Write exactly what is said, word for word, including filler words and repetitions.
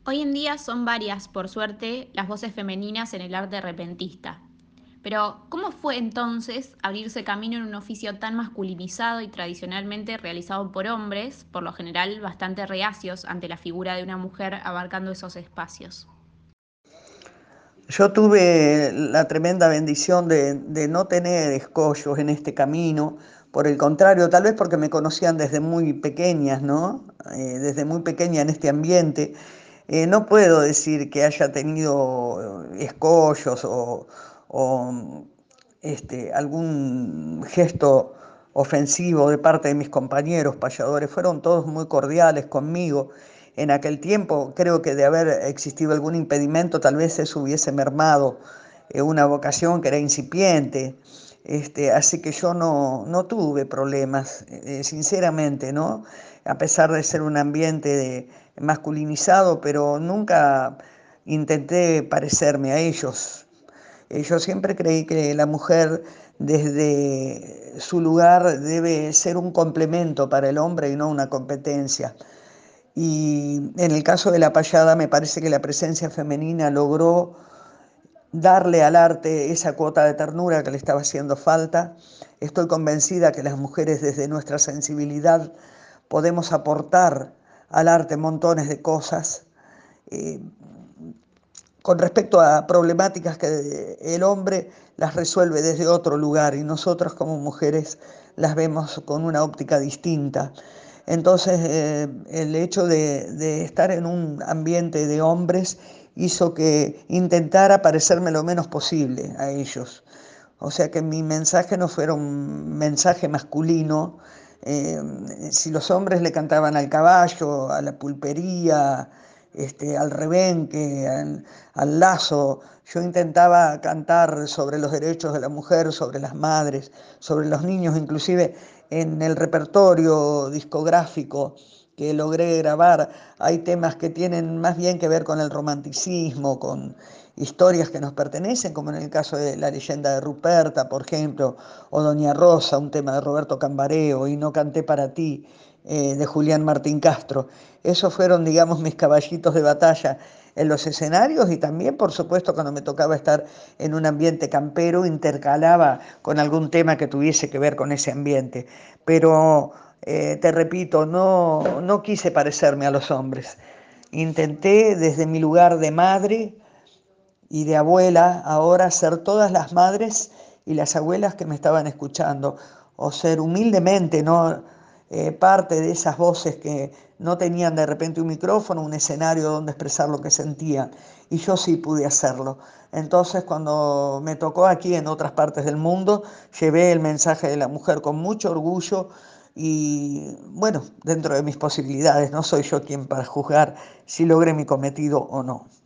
Hoy en día son varias, por suerte, las voces femeninas en el arte repentista. Pero, ¿cómo fue entonces abrirse camino en un oficio tan masculinizado y tradicionalmente realizado por hombres, por lo general bastante reacios ante la figura de una mujer abarcando esos espacios? Yo tuve la tremenda bendición de, de no tener escollos en este camino, por el contrario, tal vez porque me conocían desde muy pequeñas, ¿no? Eh, desde muy pequeña en este ambiente. Eh, no puedo decir que haya tenido eh, escollos o, o, este, algún gesto ofensivo de parte de mis compañeros payadores. Fueron todos muy cordiales conmigo. En aquel tiempo, creo que de haber existido algún impedimento, tal vez eso hubiese mermado eh, una vocación que era incipiente. Este, así que yo no, no tuve problemas, eh, sinceramente, ¿no? A pesar de ser un ambiente de, masculinizado, pero nunca intenté parecerme a ellos. Eh, yo siempre creí que la mujer desde su lugar debe ser un complemento para el hombre y no una competencia. Y en el caso de la payada me parece que la presencia femenina logró darle al arte esa cuota de ternura que le estaba haciendo falta. Estoy convencida que las mujeres desde nuestra sensibilidad podemos aportar al arte montones de cosas. Eh, con respecto a problemáticas que el hombre las resuelve desde otro lugar y nosotras como mujeres las vemos con una óptica distinta. Entonces, eh, el hecho de, de estar en un ambiente de hombres hizo que intentara parecerme lo menos posible a ellos. O sea que mi mensaje no fuera un mensaje masculino. Eh, si los hombres le cantaban al caballo, a la pulpería, este, al rebenque, al, al lazo, yo intentaba cantar sobre los derechos de la mujer, sobre las madres, sobre los niños, inclusive en el repertorio discográfico que logré grabar, hay temas que tienen más bien que ver con el romanticismo, con historias que nos pertenecen, como en el caso de La leyenda de Ruperta, por ejemplo, o Doña Rosa, un tema de Roberto Cambareo, y No canté para ti, eh, de Julián Martín Castro. Esos fueron, digamos, mis caballitos de batalla en los escenarios y también, por supuesto, cuando me tocaba estar en un ambiente campero, intercalaba con algún tema que tuviese que ver con ese ambiente. Pero, eh, te repito, no, no quise parecerme a los hombres. Intenté desde mi lugar de madre y de abuela ahora ser todas las madres y las abuelas que me estaban escuchando, o ser humildemente, ¿no? Eh, parte de esas voces que no tenían de repente un micrófono, un escenario donde expresar lo que sentían, y yo sí pude hacerlo. Entonces, cuando me tocó aquí en otras partes del mundo, llevé el mensaje de la mujer con mucho orgullo y, bueno, dentro de mis posibilidades, no soy yo quien para juzgar si logré mi cometido o no.